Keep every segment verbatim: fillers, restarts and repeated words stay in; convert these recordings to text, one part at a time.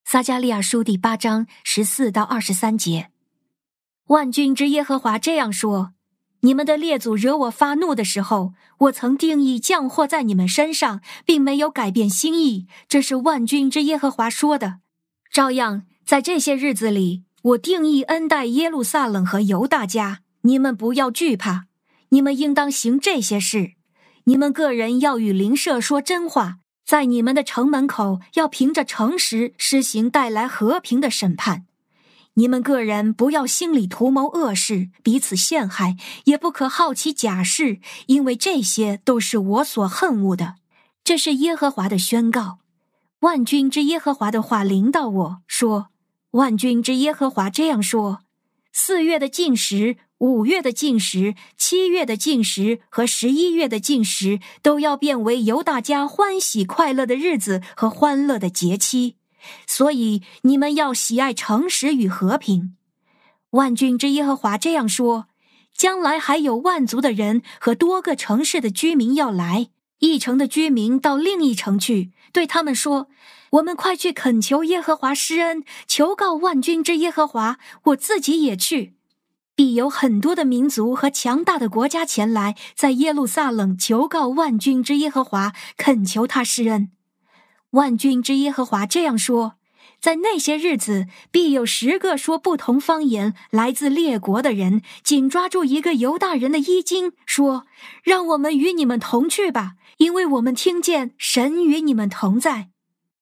撒迦利亚书第八章十四到二十三节。万军之耶和华这样说：你们的列祖惹我发怒的时候，我曾定义降祸在你们身上，并没有改变心意，这是万军之耶和华说的。照样，在这些日子里，我定义恩待耶路撒冷和犹大家，你们不要惧怕，你们应当行这些事。你们个人要与邻舍说真话，在你们的城门口要凭着诚实施行带来和平的审判。你们个人不要心里图谋恶事，彼此陷害，也不可好奇假事，因为这些都是我所恨恶的。这是耶和华的宣告。万军之耶和华的话临到我说：万军之耶和华这样说：四月的禁食，五月的禁食，七月的禁食和十一月的禁食，都要变为犹大家欢喜快乐的日子和欢乐的节期。所以你们要喜爱诚实与和平。万军之耶和华这样说：将来还有万族的人和多个城市的居民要来，一城的居民到另一城去，对他们说：我们快去恳求耶和华施恩，求告万军之耶和华，我自己也去。必有很多的民族和强大的国家前来，在耶路撒冷求告万军之耶和华，恳求他施恩。万军之耶和华这样说：在那些日子，必有十个说不同方言来自列国的人，紧抓住一个犹大人的衣襟，说：让我们与你们同去吧，因为我们听见神与你们同在。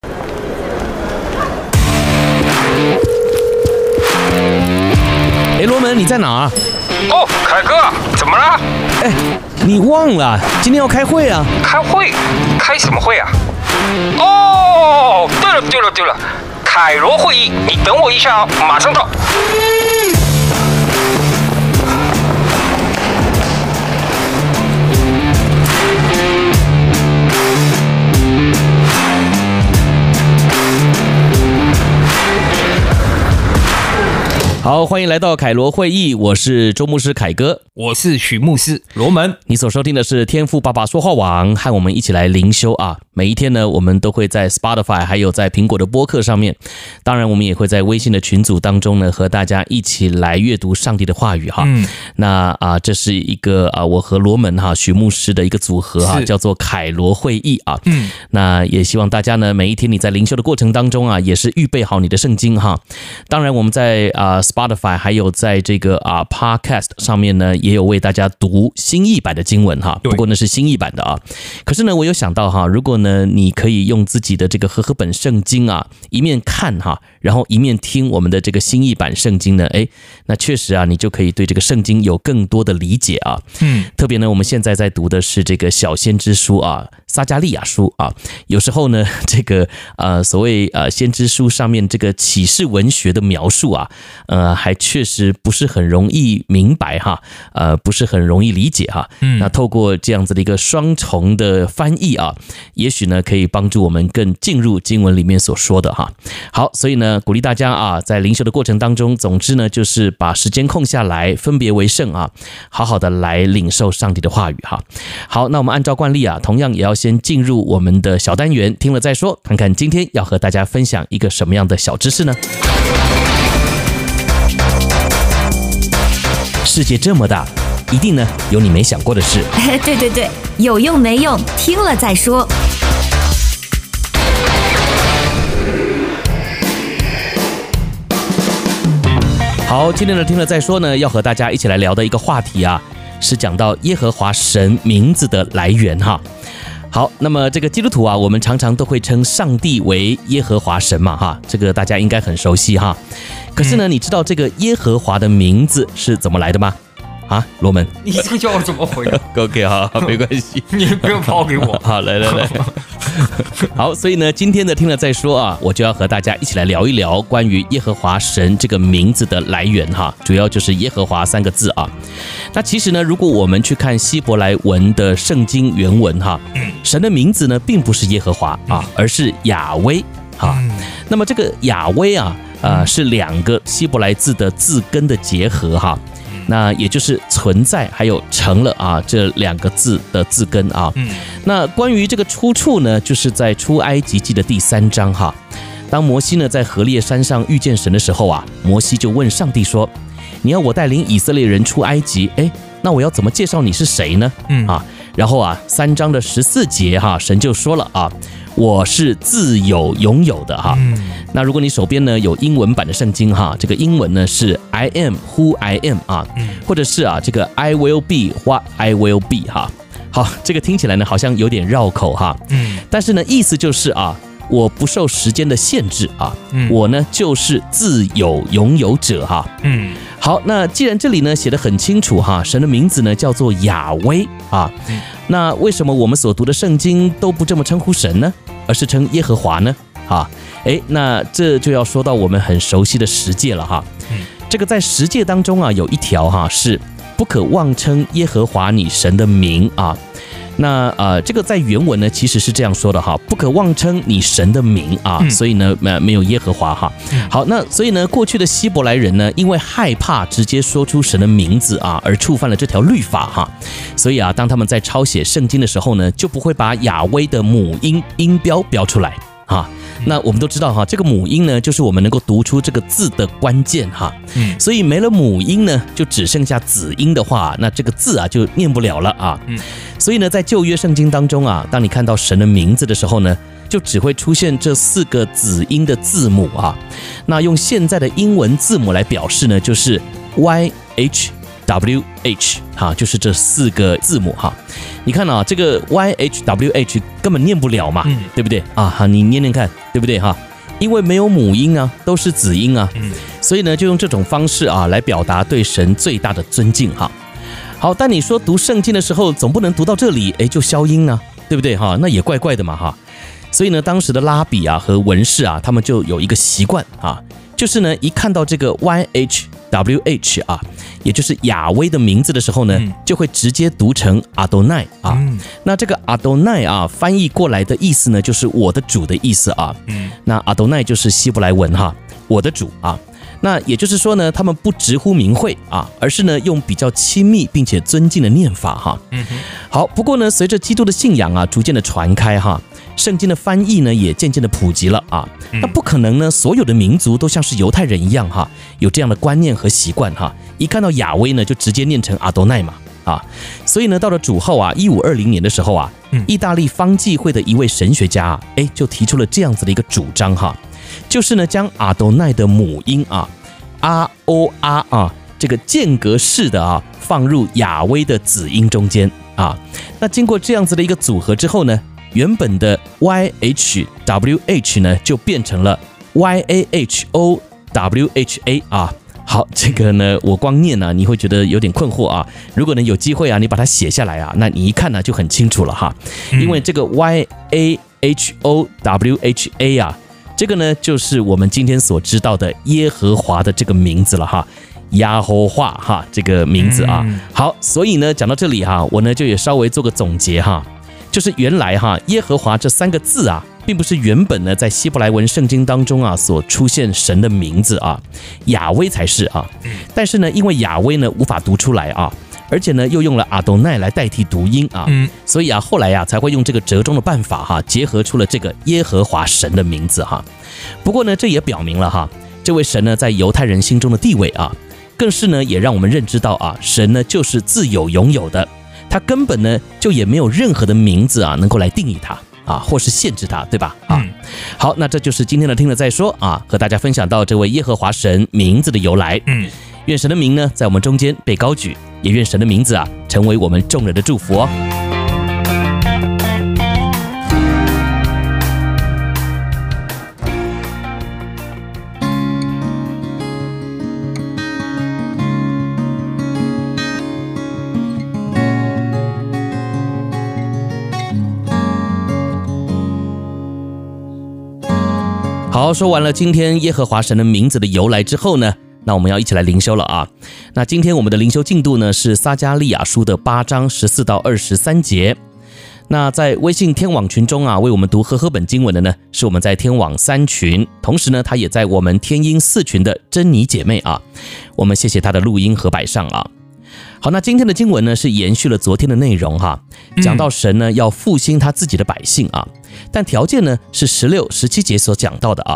哎，罗门，你在哪儿？ 哦，凯哥，怎么了？ 哎，你忘了今天要开会啊？ 开会？开什么会啊？哦，对了对了对了，凯罗会议，你等我一下哦，马上到。 好，欢迎来到凯罗会议，我是周牧师凯哥， 我是许牧师罗门。 你所收听的是天父爸爸说话网，和我们一起来灵修啊。每一天呢，我们都会在 Spotify 还有在苹果的播客上面，当然我们也会在微信的群组当中呢，和大家一起来阅读上帝的话语哈。嗯、那啊，这是一个啊，我和罗门哈许牧师的一个组合哈，叫做凯罗会议啊。嗯，那也希望大家呢，每一天你在灵修的过程当中啊，也是预备好你的圣经哈。当然我们在啊 Spotify 还有在这个啊 Podcast 上面呢，也有为大家读新译版的经文哈。不过那是新译版的啊。可是呢，我有想到哈，如果呢你可以用自己的这个和合本圣经啊，一面看哈，然后一面听我们的这个新译版圣经呢，诶，那确实啊，你就可以对这个圣经有更多的理解啊。嗯，特别呢，我们现在在读的是这个小先知书啊，撒迦利亚书啊。有时候呢，这个呃所谓呃先知书上面这个启示文学的描述啊，呃还确实不是很容易明白哈，呃不是很容易理解哈。嗯，那透过这样子的一个双重的翻译啊，也许呢可以帮助我们更进入经文里面所说的哈。好，所以呢鼓励大家啊，在灵修的过程当中，总之呢就是把时间空下来，分别为圣啊，好好的来领受上帝的话语哈。好，那我们按照惯例啊，同样也要先进入我们的小单元，听了再说，看看今天要和大家分享一个什么样的小知识呢？世界这么大，一定呢有你没想过的事。 对对对，有用没用，听了再说。 好，今天的听了再说呢，要和大家一起来聊的一个话题啊，是讲到耶和华神名字的来源哈。好，那么这个基督徒啊，我们常常都会称上帝为耶和华神嘛哈，这个大家应该很熟悉哈。可是呢，你知道这个耶和华的名字是怎么来的吗？啊，罗门， 你这叫我怎么回 ？OK， 好，没关系， 你不用抛给我。 好，来来来，好，所以呢，今天的听了再说啊，我就要和大家一起来聊一聊关于耶和华神这个名字的来源哈，主要就是耶和华三个字啊。那其实呢，如果我们去看希伯来文的圣经原文哈，神的名字呢并不是耶和华啊，而是亚威哈。那么这个亚威啊，呃，是两个希伯来字的字根的结合哈。那也就是存在还有成了啊这两个字的字根啊。嗯，那关于这个出处呢，就是在出埃及记的第三章哈。 当摩西呢在何烈山上遇见神的时候啊，摩西就问上帝说：“你要我带领以色列人出埃及，哎，那我要怎么介绍你是谁呢？”嗯啊，然后啊，三章的十四节哈，神就说了啊。我是自有拥有的哈，嗯、那如果你手边呢有英文版的圣经哈，这个英文呢是 I am who I am 啊，嗯、或者是啊这个 I will be what I will be 哈，好，这个听起来呢好像有点绕口哈，嗯，但是呢意思就是啊，我不受时间的限制啊，嗯、我呢就是自有拥有者哈，嗯。好，那既然这里呢写得很清楚哈，神的名字呢叫做亚威啊，嗯、那为什么我们所读的圣经都不这么称呼神呢，而是称耶和华呢？啊，哎，那这就要说到我们很熟悉的十诫了哈。嗯、这个在十诫当中啊，有一条哈是不可妄称耶和华你神的名啊。那呃，这个在原文呢其实是这样说的哈，不可妄称你神的名啊，嗯、所以呢呃没有耶和华哈。嗯、好，那所以呢过去的希伯来人呢，因为害怕直接说出神的名字啊，而触犯了这条律法哈，所以啊，当他们在抄写圣经的时候呢，就不会把亚威的母音音标标出来啊。那我们都知道哈，这个母音呢，就是我们能够读出这个字的关键哈。嗯，所以没了母音呢，就只剩下子音的话，那这个字啊就念不了了啊。嗯，所以呢，在旧约圣经当中啊，当你看到神的名字的时候呢，就只会出现这四个子音的字母啊。那用现在的英文字母来表示呢，就是 Y H W H 哈，就是这四个字母哈。你看啊，这个 Y H W H 根本念不了嘛，嗯、对不对啊？哈，你念念看，对不对哈？因为没有母音啊，都是子音啊，嗯、所以呢，就用这种方式啊来表达对神最大的尊敬哈。好，但你说读圣经的时候，总不能读到这里，哎，就消音啊，对不对哈？那也怪怪的嘛哈。所以呢，当时的拉比啊和文士啊，他们就有一个习惯啊，就是呢，一看到这个 Y H W H 啊，也就是亚威的名字的时候呢，嗯、就会直接读成阿多奈啊。嗯、那这个阿多奈啊，翻译过来的意思呢，就是我的主的意思啊。嗯、那阿多奈就是希伯来文哈，我的主啊。那也就是说呢，他们不直呼名讳啊，而是呢用比较亲密并且尊敬的念法哈。嗯、好，不过呢，随着基督的信仰啊逐渐的传开哈。圣经的翻译呢，也渐渐的普及了啊。那不可能呢，所有的民族都像是犹太人一样哈，有这样的观念和习惯哈。一看到亚威呢，就直接念成阿多奈嘛啊。所以呢，到了主后啊，一五二零年的时候啊，意大利方济会的一位神学家啊，哎，就提出了这样子的一个主张哈，就是呢，将阿多奈的母音啊，阿 O 阿啊，这个间隔式的啊，放入亚威的子音中间啊。那经过这样子的一个组合之后呢，原本的 Y H W H 呢，就变成了 Y A H O W H A 啊。好，这个呢，我光念呢，你会觉得有点困惑啊。如果呢有机会啊，你把它写下来啊，那你一看呢就很清楚了哈。因为这个 Y A H O W H A 啊，这个呢就是我们今天所知道的耶和华的这个名字了哈。亚和华哈，这个名字啊。好，所以呢讲到这里哈，我呢就也稍微做个总结哈。就是原来哈耶和华这三个字啊，并不是原本呢在希伯来文圣经当中啊所出现神的名字啊，亚威才是啊。但是呢，因为亚威呢无法读出来啊，而且呢又用了阿多奈来代替读音啊，所以啊后来啊才会用这个折中的办法哈，结合出了这个耶和华神的名字哈。不过呢，这也表明了哈，这位神呢在犹太人心中的地位啊，更是呢也让我们认知到啊，神呢就是自有拥有的。他根本呢就也没有任何的名字啊能够来定义他啊，或是限制他，对吧？啊，嗯、好，那这就是今天的听了再说啊，和大家分享到这位耶和华神名字的由来。嗯，愿神的名呢在我们中间被高举，也愿神的名字啊成为我们众人的祝福哦。好，说完了今天耶和华神的名字的由来之后呢，那我们要一起来灵修了啊。那今天我们的灵修进度呢是撒迦利亚书的八章十四到二十三节。那在微信天网群中啊，为我们读和合本经文的呢，是我们在天网三群，同时呢，他也在我们天音四群的珍妮姐妹啊，我们谢谢她的录音和摆上啊。好，那今天的经文呢是延续了昨天的内容哈，讲到神呢要复兴他自己的百姓啊，但条件呢是十六、十七节所讲到的啊，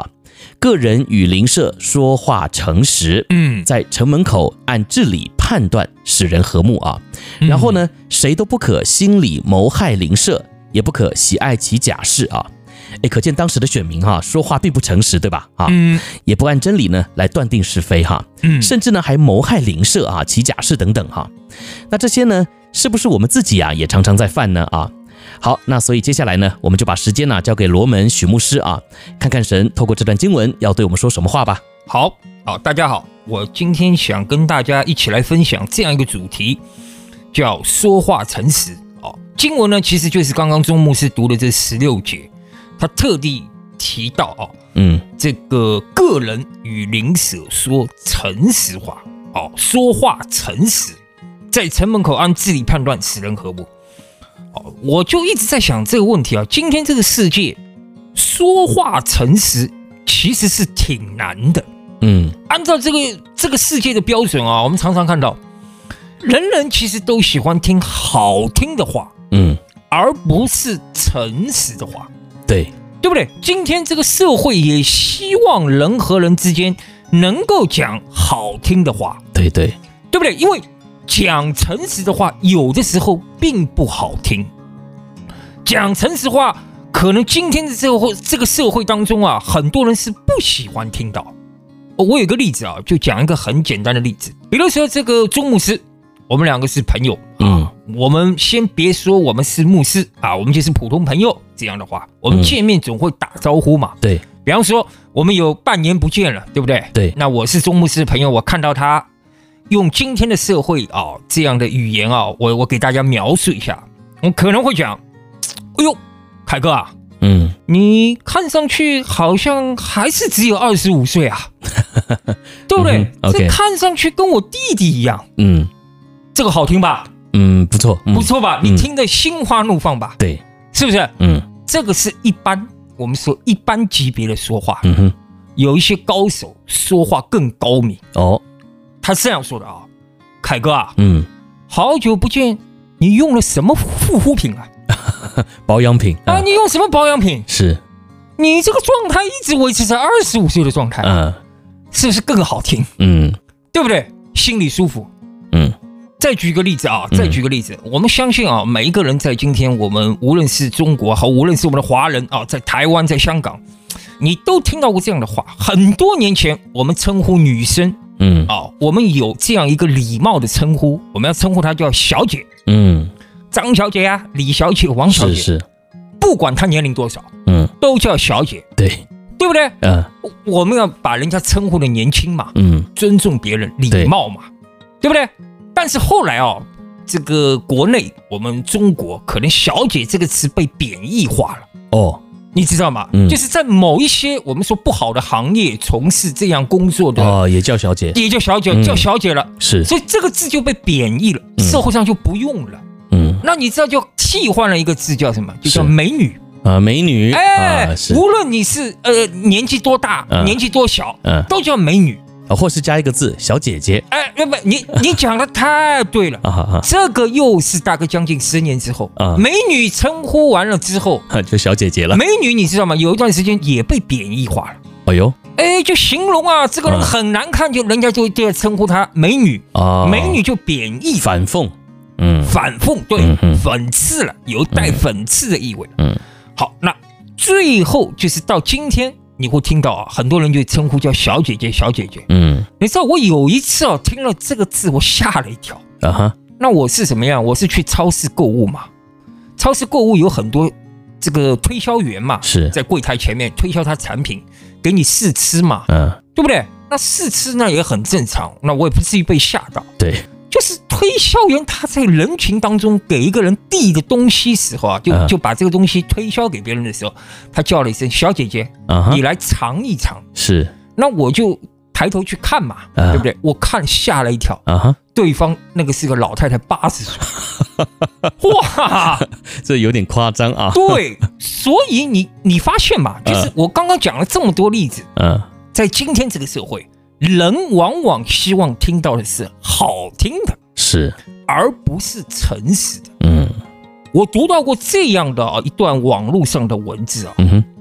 个人与邻舍说话诚实， 嗯， 在城门口按治理判断，使人和睦啊。然后呢，谁都不可心里谋害邻舍，也不可喜爱其假事啊。哎，可见当时的选民哈、啊，说话并不诚实，对吧？啊， 嗯， 也不按真理呢来断定是非哈， 嗯， 甚至呢还谋害邻舍啊，起假事等等哈。那这些呢，是不是我们自己啊也常常在犯呢？啊，好，那所以接下来呢，我们就把时间呢、啊、交给罗门许牧师啊，看看神透过这段经文要对我们说什么话吧。 好，好，大家好，我今天想跟大家一起来分享这样一个主题，叫说话诚实。哦，经文呢其实就是刚刚钟牧师读的这十六节。他特地提到哦， 嗯， 这个个人与邻舍说诚实话，哦，说话诚实，在城门口按治理判断，使人和睦。哦，我就一直在想这个问题啊，今天这个世界说话诚实其实是挺难的。 嗯， 按照这个这个世界的标准啊，我们常常看到，人人其实都喜欢听好听的话， 嗯， 而不是诚实的话。 对， 对不对？今天这个社会也希望人和人之间能够讲好听的话， 对对， 对不对？因为讲诚实的话，有的时候并不好听。讲诚实话，可能今天的社会这个社会当中啊，很多人是不喜欢听到。我有个例子啊，就讲一个很简单的例子，比如说这个钟牧师，我们两个是朋友，嗯，我们先别说我们是牧师啊，我们就是普通朋友这样的话，我们见面总会打招呼嘛。 嗯、对， 比方说我们有半年不见了，对不对？ 对。那我是钟牧师的朋友，我看到他用今天的社会啊这样的语言啊，我我给大家描述一下，我可能会讲，哎呦，凯哥啊， 嗯， 你看上去好像还是只有二十五岁啊，对不对？ 嗯、 这看上去跟我弟弟一样， 嗯。 这个好听吧？ 嗯，不错，嗯、 不错吧？你听得心花怒放吧？ 对， 是不是？ 嗯， 这个是一般我们说一般级别的说话。 嗯哼， 有一些高手说话更高明哦。 他这样说的啊，凯哥啊， 嗯， 好久不见，你用了什么护肤品啊？ 保养品啊？你用什么保养品？ 是， 你这个状态一直维持在二十五岁的状态，嗯，是不是更好听？ 嗯， 对不对？心里舒服。 嗯。 再举个例子啊，再举个例子，嗯、我们相信啊，每一个人在今天，我们无论是中国和无论是我们的华人啊，在台湾、在香港，你都听到过这样的话。很多年前，我们称呼女生，嗯啊，我们有这样一个礼貌的称呼，我们要称呼她叫小姐，嗯，张小姐啊，李小姐、王小姐， 是是， 不管她年龄多少，嗯，都叫小姐， 对， 对不对？ 嗯， 我们要把人家称呼的年轻嘛， 嗯， 尊重别人，礼貌嘛，对, 对不对？但是后来哦，这个国内我们中国可能“小姐”这个词被贬义化了哦，你知道吗？嗯、就是在某一些我们说不好的行业从事这样工作的哦，也叫小姐， 也叫小姐，嗯、叫小姐了， 是， 所以这个字就被贬义了，嗯、社会上就不用了。嗯，那你知道就替换了一个字叫什么？就叫美女啊，美女， 哎， 啊、 无论你是呃年纪多大，啊、年纪多小，嗯、都叫美女。 或是加一个字小姐姐， 哎，不，你你讲的太对了啊！这个又是大概将近十年之后啊，美女称呼完了之后， 就小姐姐了。 美女你知道吗？有一段时间也被贬义化了。 哎呦， 哎，就形容啊，这个人很难看，就人家就就要称呼她美女啊，美女就贬义反讽，嗯， 反讽，对，嗯、讽刺了，有带讽刺的意味。嗯，好，那最后就是到今天。你会听到啊，很多人就称呼叫小姐姐，小姐姐。嗯，你知道我有一次啊，听了这个字，我吓了一跳。啊哈，那我是什么样？我是去超市购物嘛，超市购物有很多这个推销员嘛， 是在柜台前面推销他产品，给你试吃嘛，嗯，对不对？那试吃那也很正常，那我也不至于被吓到。 对。 就是推销员他在人群当中给一个人递的东西时候啊，就就把这个东西推销给别人的时候，他叫了一声小姐姐， uh-huh. 你来尝一尝。 是， 那我就抬头去看嘛， uh-huh. 对不对？我看吓了一跳， uh-huh. 对方那个是个老太太八十岁，哇， 这有点夸张啊。 对，所以你你发现嘛，就是我刚刚讲了这么多例子，嗯、uh-huh. ，在今天这个社会。人往往希望听到的是好听的， 是， 而不是诚实的。嗯，我读到过这样的一段网络上的文字啊，嗯哼，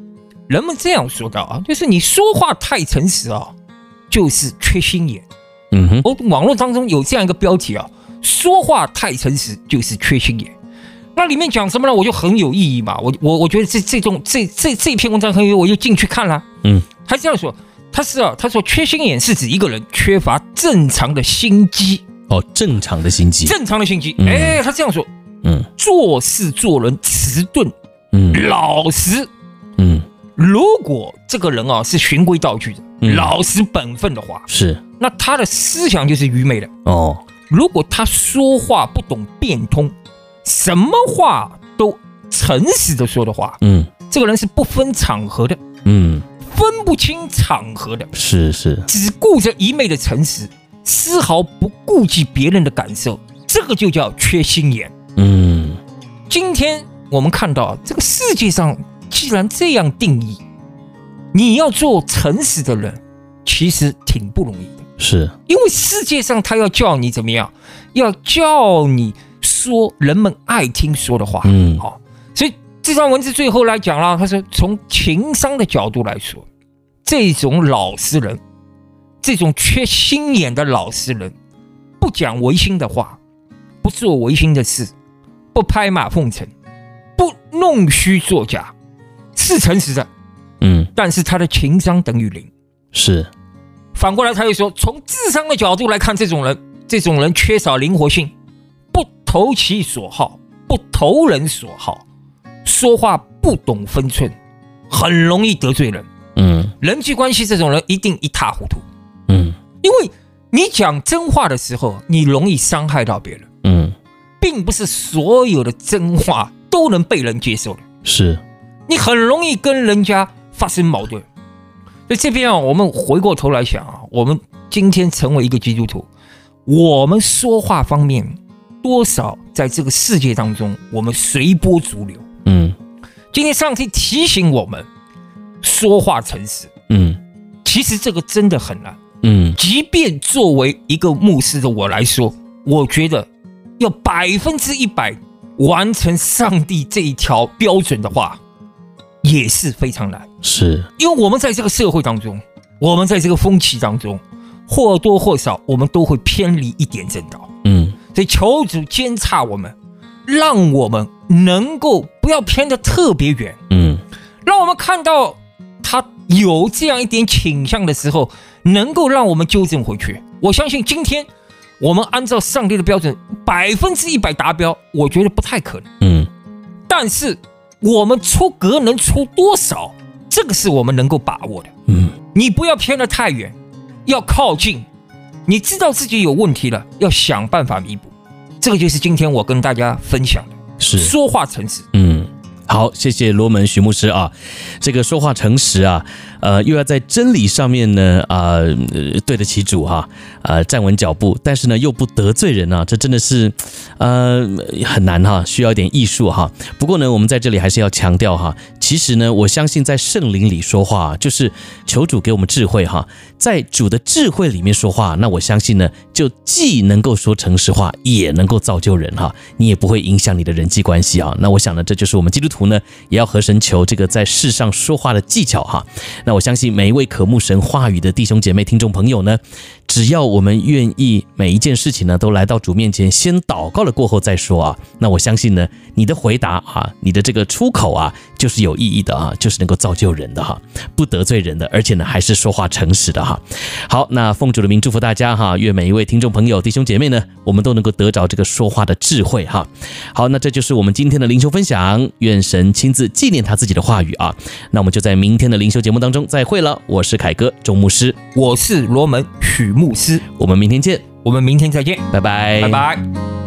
人们这样说到啊，就是你说话太诚实啊，就是缺心眼。 嗯哼， 我网络当中有这样一个标题啊，说话太诚实就是缺心眼。那里面讲什么呢？我就很有意义嘛。我我我觉得这这种这这这篇文章很有，我就进去看了。 嗯， 他这样说，他是啊，他说缺心眼是指一个人缺乏正常的心机。 哦，正常的心机， 正常的心机。 嗯、 哎，他这样说， 嗯， 做事做人迟钝， 嗯， 老实， 嗯， 如果这个人啊是循规蹈矩的，嗯、老实本分的话， 是， 那他的思想就是愚昧的。 哦， 如果他说话不懂变通，什么话都诚实的说的话，嗯，这个人是不分场合的，嗯，分不清场合的， 是是， 只顾着一昧的诚实。丝毫不顾及别人的感受，这个就叫缺心眼。嗯，今天我们看到这个世界上既然这样定义，你要做诚实的人，其实挺不容易的。 是， 因为世界上他要叫你怎么样，要叫你说人们爱听说的话。嗯，好、哦，所以这段文字最后来讲了，他说从情商的角度来说，这种老实人。这种缺心眼的老实人，不讲违心的话，不做违心的事，不拍马奉承，不弄虚作假，是诚实的，嗯，但是他的情商等于零。 是， 反过来他又说，从智商的角度来看，这种人，这种人缺少灵活性，不投其所好，不投人所好，说话不懂分寸，很容易得罪人。嗯，人际关系这种人一定一塌糊涂。嗯，因为你讲真话的时候，你容易伤害到别人。嗯，并不是所有的真话都能被人接受的。 是， 你很容易跟人家发生矛盾。所以这边啊，我们回过头来想啊，我们今天成为一个基督徒，我们说话方面多少在这个世界当中，我们随波逐流。嗯，今天上帝提醒我们说话诚实。嗯，其实这个真的很难。嗯，即便作为一个牧师的我来说，我觉得要百分之一百完成上帝这一条标准的话，也是非常难。 是， 因为我们在这个社会当中，我们在这个风气当中，或多或少我们都会偏离一点正道。嗯，所以求主监察我们，让我们能够不要偏得特别远。嗯，让我们看到他有这样一点倾向的时候，能够让我们纠正回去。我相信今天我们按照上帝的标准百分之一百达标，我觉得不太可能。嗯，但是我们出格能出多少，这个是我们能够把握的。嗯，你不要偏得太远，要靠近。你知道自己有问题了，要想办法弥补。这个就是今天我跟大家分享的， 是说话诚实。 嗯。好，谢谢罗门许牧师啊，这个说话诚实啊，呃，又要在真理上面呢啊、呃、对得起主哈，呃站稳脚步，但是呢又不得罪人啊，这真的是呃很难哈，需要一点艺术哈。不过呢，我们在这里还是要强调哈，其实呢，我相信在圣灵里说话，就是求主给我们智慧哈，在主的智慧里面说话，那我相信呢，就既能够说诚实话，也能够造就人哈，你也不会影响你的人际关系啊。那我想呢，这就是我们基督徒呢，也要和神求这个在世上说话的技巧哈。那我相信每一位渴慕神话语的弟兄姐妹、听众朋友呢，只要我们愿意每一件事情呢，都来到主面前，先祷告了过后再说啊。那我相信呢，你的回答啊，你的这个出口啊，就是有意义的啊，就是能够造就人的哈，不得罪人的，而且呢，还是说话诚实的哈。好，那奉主的名祝福大家哈，愿每一位听众朋友、弟兄姐妹呢，我们都能够得着这个说话的智慧哈。好，那这就是我们今天的灵修分享，愿神亲自纪念他自己的话语啊。那我们就在明天的灵修节目当中再会了。我是凯哥钟牧师， 我是罗门许牧师， 我们明天见， 我们明天再见， 拜拜， 拜拜。